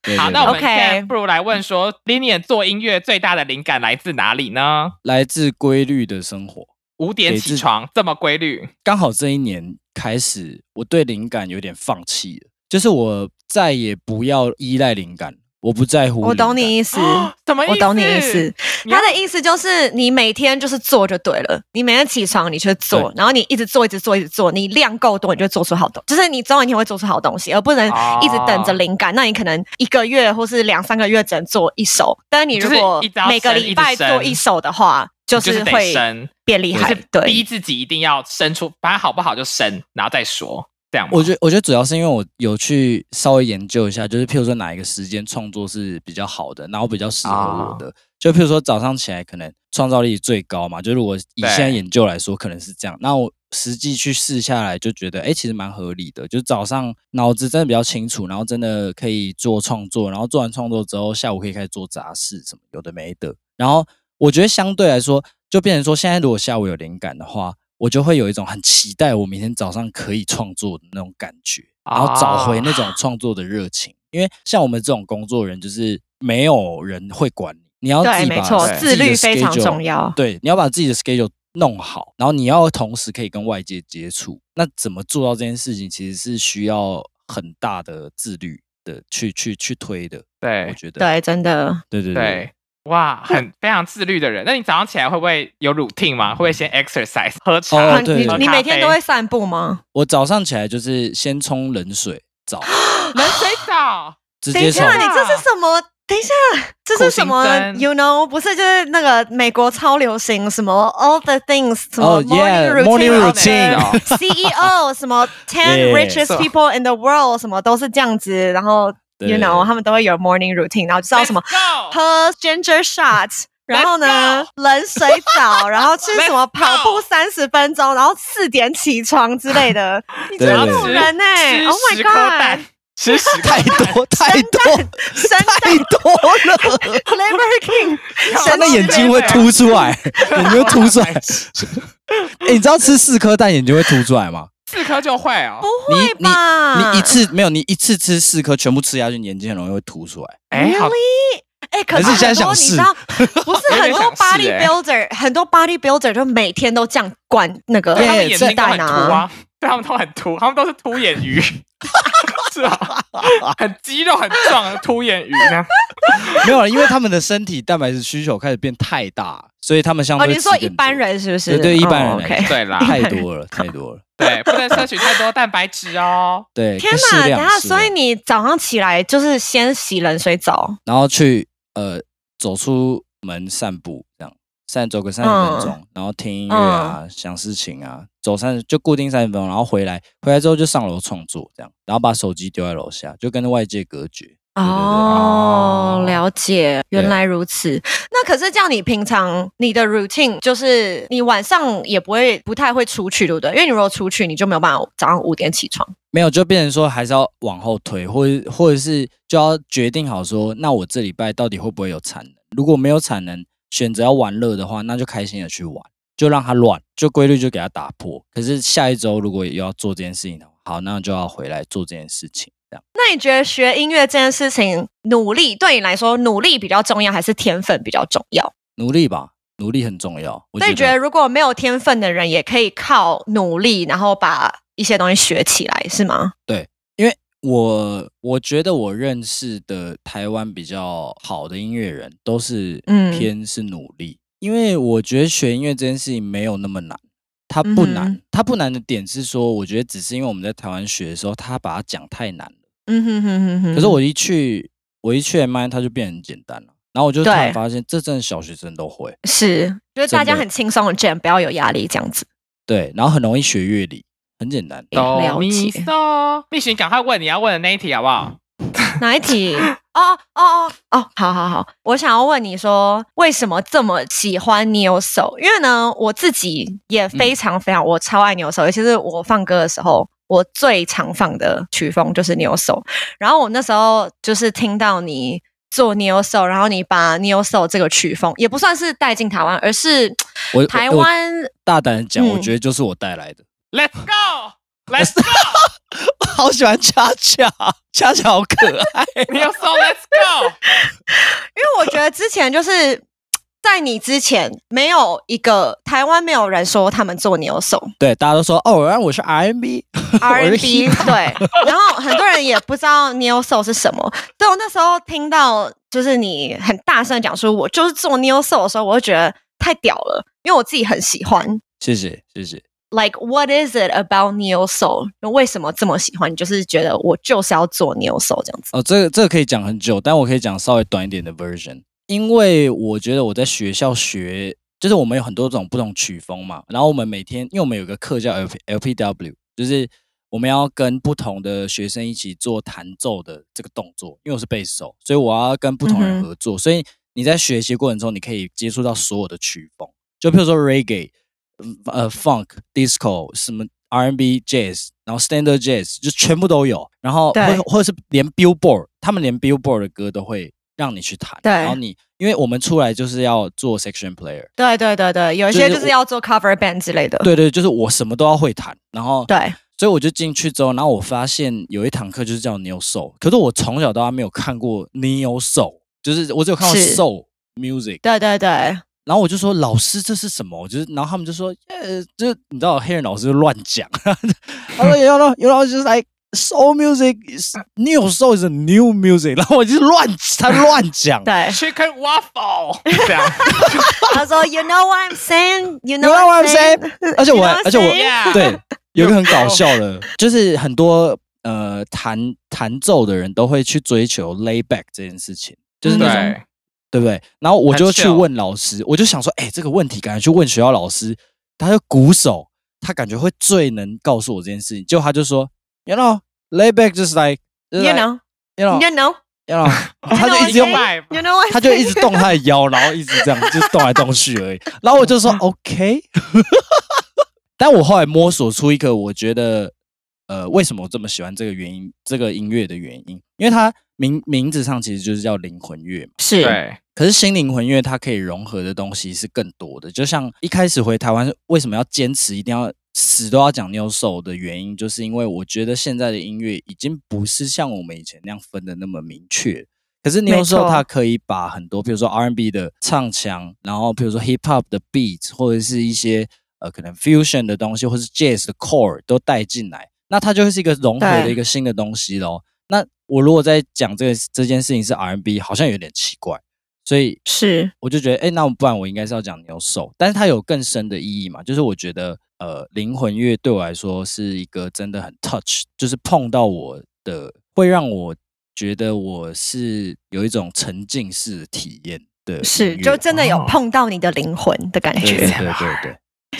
对好，那我们 OK 现在不如来问说 Linian 做音乐最大的灵感来自哪里呢？ 来自规律的生活。 五点起床这么规律， 刚好这一年开始，我对灵感有点放弃了，就是我再也不要依赖灵感，我不在乎。 我懂你意思， 哦、什么意思？ 我懂你意思。他的意思就是你每天就是做就对了，你每天起床你去做，然后你一直做，一直做，一直做，你量够多，你就做出好东西，就是你总有一天会做出好东西，而不能一直等着灵感。哦、那你可能一个月或是两三个月只能做一首，但是你如果每个礼拜做一首的话。就是会变厉害， 对，逼自己一定要生出，反正好不好就生，然后再说，这样吗？ 我觉得，我觉得主要是因为我有去稍微研究一下，就是譬如说哪一个时间创作是比较好的，然后比较适合我的。哦、就譬如说早上起来可能创造力最高嘛，就如果以现在研究来说，可能是这样。那我实际去试下来，就觉得，哎，其实蛮合理的。就是早上脑子真的比较清楚，然后真的可以做创作，然后做完创作之后，下午可以开始做杂事，什么有的没的，然后。我觉得相对来说，就变成说，现在如果下午有灵感的话，我就会有一种很期待我明天早上可以创作的那种感觉，然后找回那种创作的热情。因为像我们这种工作人，就是没有人会管你，你要自己把自律非常重要。 对，你要把自己的 schedule 弄好，然后你要同时可以跟外界接触。那怎么做到这件事情，其实是需要很大的自律的去去去推的。 对， 我觉得对，真的， 对对 对, 对。 哇，很非常自律的人。那你早上起来会不会有 routine 吗？会不会先 exercise 喝茶？ 哦、对你你每天都会散步吗？ 我早上起来就是先冲冷水澡， 冷水澡。 等一下，你这是什么？等一下，这是什么 ？You know， 不是就是那个美国超流行什么 all the things 什么 morning routine，C E O 什么 ten richest people in the world 什么都是这样子，然后。You know， 他们都会有 morning routine， 然后就知道什么喝 ginger shots， 然后呢冷水澡，然后吃什么跑步三十分钟，然后四点起床之类的。你真的路人哎、欸、！Oh my god， 吃十太多太多太多了 ，Liver King， 他的眼睛会凸出来，眼睛会凸出来。哎、欸，你知道吃四颗蛋眼睛会凸出来吗？ 四颗就会哦， 不会吧？ 你 你, 你一次没有，你一次吃四颗，全部吃下去，眼睛很容易会凸出来。 哎、欸，好， 哎、欸，可是很多你知道，不是很多 body builder， 很多 body builder 就每天都这样灌那个鸡蛋啊， 对，他们都很凸，他们都是凸眼鱼，是吧？很肌肉很壮的凸眼鱼呢。 没有，因为他们的身体蛋白质需求开始变太大，所以他们相对、 哦、你说一般人是不是？ 对对，一般人、 哦 okay、 对啦， 太多了，太多了。 对，不能摄取太多蛋白质哦。 对， 天哪！等下，所以你早上起来就是先洗冷水澡， 然后去呃走出门散步，这样散走个三十分钟、嗯，然后听音乐啊、嗯，想事情啊，走三就固定三十分钟，然后回来，回来之后就上楼创作，这样，然后把手机丢在楼下，就跟外界隔绝。 哦, 对对对哦，了解，原来如此。那可是这样，你平常你的 routine 就是你晚上也不会不太会出去，对不对？因为你如果出去，你就没有办法早上五点起床。 没有，就变成说还是要往后推，或者或者是就要决定好说，那我这礼拜到底会不会有产能？如果没有产能，选择要玩乐的话，那就开心的去玩，就让它乱，就规律就给它打破。可是下一周如果也要做这件事情的话，好，那就要回来做这件事情。 那你觉得学音乐这件事情，努力对你来说，努力比较重要，还是天分比较重要？ 努力吧，努力很重要。 那你觉得如果没有天分的人，也可以靠努力，然后把一些东西学起来，是吗？ 对，因为我我觉得我认识的台湾比较好的音乐人，都是偏是努力、嗯。因为我觉得学音乐这件事情没有那么难。它不难、嗯，它不难的点是说，我觉得只是因为我们在台湾学的时候，他把它讲太难了。嗯哼哼哼哼。可是我一去，我一去 M I， 它就变很简单了。然后我就突然发现，这真的小学生都会。 是，就是大家很轻松的 jam， 不要有压力这样子。 对，然后很容易学乐理，很简单。 了解。 蜜雪，赶快问你要问的那一题好不好？ 哪一题？哦哦哦哦，好好好，我想要问你说，为什么这么喜欢 neo soul？ 因为呢，我自己也非常非常，嗯、我超爱 neo soul， 尤其是我放歌的时候，我最常放的曲风就是 neo soul。然后我那时候就是听到你做 neo soul， 然后你把 neo soul 这个曲风也不算是带进台湾，而是台湾。 大胆讲、嗯，我觉得就是我带来的。 Let's go，Let's go。 好喜欢恰恰，恰恰好可爱。 Neo Soul Let's Go。 因为我觉得之前就是在你之前没有一个台湾没有人说他们做 Neo Soul， 对，大家都说哦，然后我是 R and B，R and B 对，然后很多人也不知道 Neo Soul 是什么。所以我那时候听到就是你很大声讲说我就是做 Neo Soul 的时候，我就觉得太屌了，因为我自己很喜欢。 谢谢谢谢。 Like what is it about Neo Soul？ 为什么这么喜欢？你就是觉得我就是要做 Neo Soul 这样子。 哦，这个这个可以讲很久，但我可以讲稍微短一点的 version。因为我觉得我在学校学，就是我们有很多种不同曲风嘛，然后我们每天，因为我们有个课叫 L P W， 就是我们要跟不同的学生一起做弹奏的这个动作。因为我是贝斯手，所以我要跟不同人合作，嗯、所以你在学习过程中，你可以接触到所有的曲风，就譬如说 reggae、呃 funk、disco 什么 R and B、jazz， 然后 standard jazz 就全部都有，然后或或者是连 Billboard， 他们连 Billboard 的歌都会让你去弹， 对， 然后你因为我们出来就是要做 section player， 对对对对，有一些就是要做 cover band 之类的， 对对，就是我什么都要会弹，然后对， 所以我就进去之后，然后我发现有一堂课就是叫 Neo Soul， 可是我从小到大没有看过 Neo Soul， 就是我只有看过 Soul Music， 对对对， 然后我就说老师这是什么？就是然后他们就说，呃，就你知道黑人老师就乱讲，他说 you know you know just like soul music is new soul is a new music， 然后我就乱他乱讲， 对 ，Chicken Waffle 这样， 他说 you know what I'm saying you know, you know what I'm saying， saying? 而且我而且我 Yeah. 对有一个很搞笑的，就是很多呃弹弹奏的人都会去追求 lay back 这件事情，就是那种。 对对不对？然后我就去问老师，我就想说，哎、欸，这个问题感觉去问学校老师，他就鼓手，他感觉会最能告诉我这件事情。结果他就说 ，you know, lay back just like, you know, you know, you know, you know， 他就一直用， you know， 他就一直动他的腰，然后一直这样，就是动来动去而已。然后我就说 OK， 但我后来摸索出一个，我觉得，呃，为什么我这么喜欢这个原因，这个音乐的原因，因为它名名字上其实就是叫灵魂乐嘛， 是， 对。 可是新灵魂乐它可以融合的东西是更多的，就像一开始回台湾为什么要坚持一定要死都要讲 Neo Soul 的原因，就是因为我觉得现在的音乐已经不是像我们以前那样分的那么明确。可是 Neo Soul 它可以把很多，比如说 R and B 的唱腔，然后比如说 Hip Hop 的 beat， 或者是一些呃可能 Fusion 的东西，或是 Jazz 的 Core 都带进来，那它就会是一个融合的一个新的东西咯。那我如果在讲这个这件事情是 R and B， 好像有点奇怪。所以是， 我就觉得，哎、欸，那不然我应该是要讲 Neo Soul， 但是它有更深的意义嘛？就是我觉得，呃，灵魂乐对我来说是一个真的很 touch， 就是碰到我的，会让我觉得我是有一种沉浸式的体验的， 是，就真的有碰到你的灵魂的感觉。 对对对对。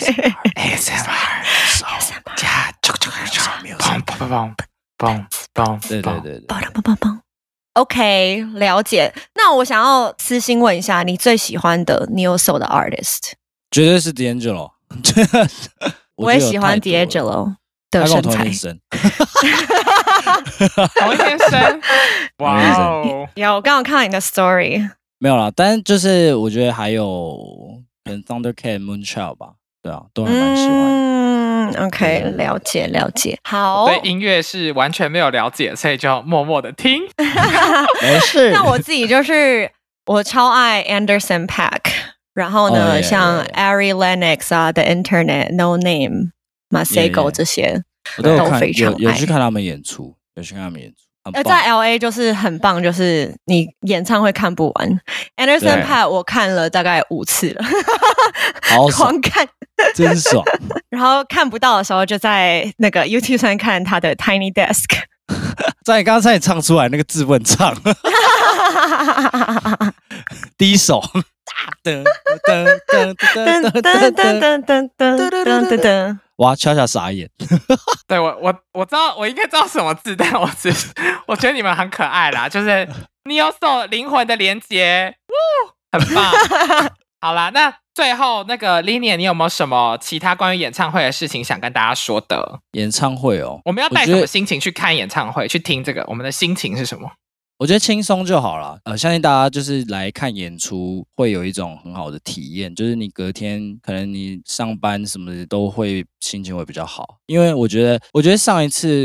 A S M R， 加啾啾啾，砰砰砰砰砰， 对对对对， 砰砰砰砰。OK， 了解。那我想要私心问一下，你最喜欢的 Neo Soul 的 artist？ 绝对是 D'Angelo。 我也喜欢 D'Angelo 的身材。 同一天生， 同一天生，哇哦！ 有，我刚刚看到你的 story。 没有啦，但就是我觉得还有可能 Thundercat、Moonchild 吧，对啊，都还蛮喜欢。 嗯 ，OK， 了解了解。好， 对音乐是完全没有了解，所以就默默的听。 没事。 那我自己就是我超爱 Anderson .Paak， 然后呢， oh, yeah, 像 yeah, yeah. Ari Lennox 啊 ，The Internet、No Name、Masego、yeah, yeah. 这些， 我都有看， 都非常爱有有去看他们演出，有去看他们演出。 呃，在 L A 就是很棒，就是你演唱会看不完。Anderson .Paak 我看了大概五次了， 好狂看， 真爽。 然后看不到的时候，就在那个 YouTube 上看他的 Tiny Desk。 在你刚刚差点唱出来那个字不能唱，第一首，噔噔噔噔噔噔噔噔噔噔噔，哇，恰恰傻眼。 对我我我知道我应该知道什么字，但我只是我觉得你们很可爱啦，就是 Neo Soul 灵魂的连结，很棒。好啦，那最后那个 Linear， 你有没有什么其他关于演唱会的事情想跟大家说的？ 演唱会哦， 我们要带什么心情去看演唱会，去听这个？我们的心情是什么？ 我觉得轻松就好了。呃，相信大家就是来看演出，会有一种很好的体验，就是你隔天可能你上班什么的都会心情会比较好。因为我觉得，我觉得上一次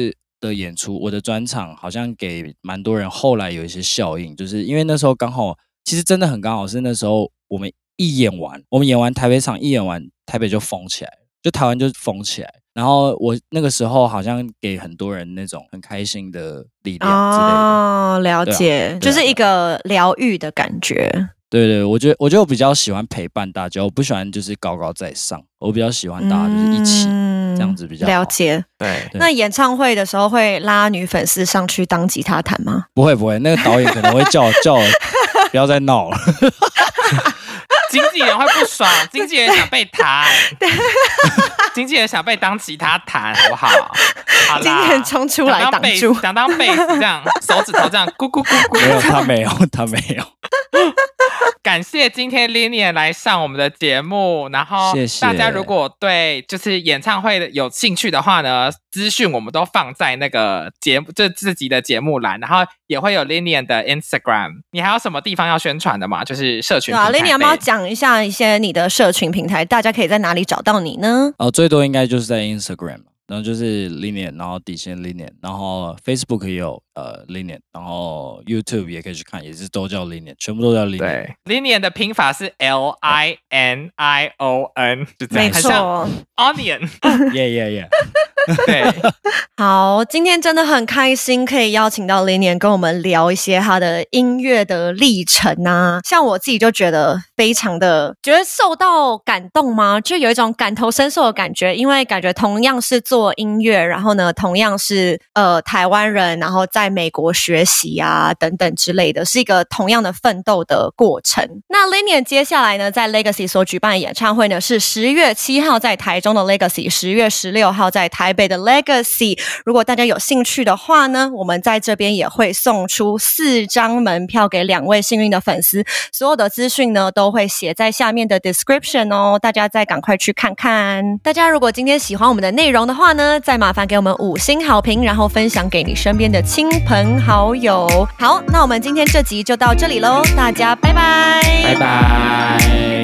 的演出，我的专场好像给蛮多人后来有一些效应，就是因为那时候刚好，其实真的很刚好是那时候我们一演完，我们演完台北场一演完，台北就疯起来了，就台湾就疯起来。然后我那个时候好像给很多人那种很开心的力量之类的。 哦，了解，啊、就是一个疗愈的感觉。 对对，我觉得我觉得我比较喜欢陪伴大家，我不喜欢就是高高在上，我比较喜欢大家就是一起、嗯、这样子比较好。 了解。 对。 那演唱会的时候会拉女粉丝上去当吉他弹吗？ 不会不会，那个导演可能会叫叫我不要再闹了。 经纪人会不爽，经纪人想被弹，经纪人想被当吉他弹，好不好？好啦， 经纪人冲出来挡住， 想当贝斯这样，手指头这样咕咕咕咕。 没有，他没有，他没有。 感谢今天 Linian 来上我们的节目，然后大家如果对就是演唱会的有兴趣的话呢，资讯我们都放在那个节目这自己的节目栏，然后也会有 Linian 的 Instagram。你还有什么地方要宣传的吗？就是社群平台。 对啊 ，Linian 要不要讲一下一些你的社群平台，大家可以在哪里找到你呢？ 哦，最多应该就是在 Instagram。然后就是 Linian， 然后底线 Linian， 然后 Facebook 也有呃 Linian， 然后 YouTube 也可以去看，也是都叫 Linian， 全部都叫 Linian。 对 ，Linian 的拼法是 L I N I O N， 就这样，很像 Onion。Yeah yeah yeah。 对， 好，今天真的很开心，可以邀请到 Linian 跟我们聊一些他的音乐的历程啊。像我自己就觉得非常的觉得受到感动吗？就有一种感同身受的感觉，因为感觉同样是做做音乐，然后呢，同样是呃台湾人，然后在美国学习啊等等之类的，是一个同样的奋斗的过程。那 Linian 接下来呢，在 Legacy 所举办的演唱会呢，是十月七号在台中的 Legacy， 十月十六号在台北的 Legacy。如果大家有兴趣的话呢，我们在这边也会送出四张门票给两位幸运的粉丝，所有的资讯呢都会写在下面的 description 哦，大家再赶快去看看。大家如果今天喜欢我们的内容的话呢，再麻烦给我们五星好评，然后分享给你身边的亲朋好友。好，那我们今天这集就到这里咯，大家拜拜， 拜拜。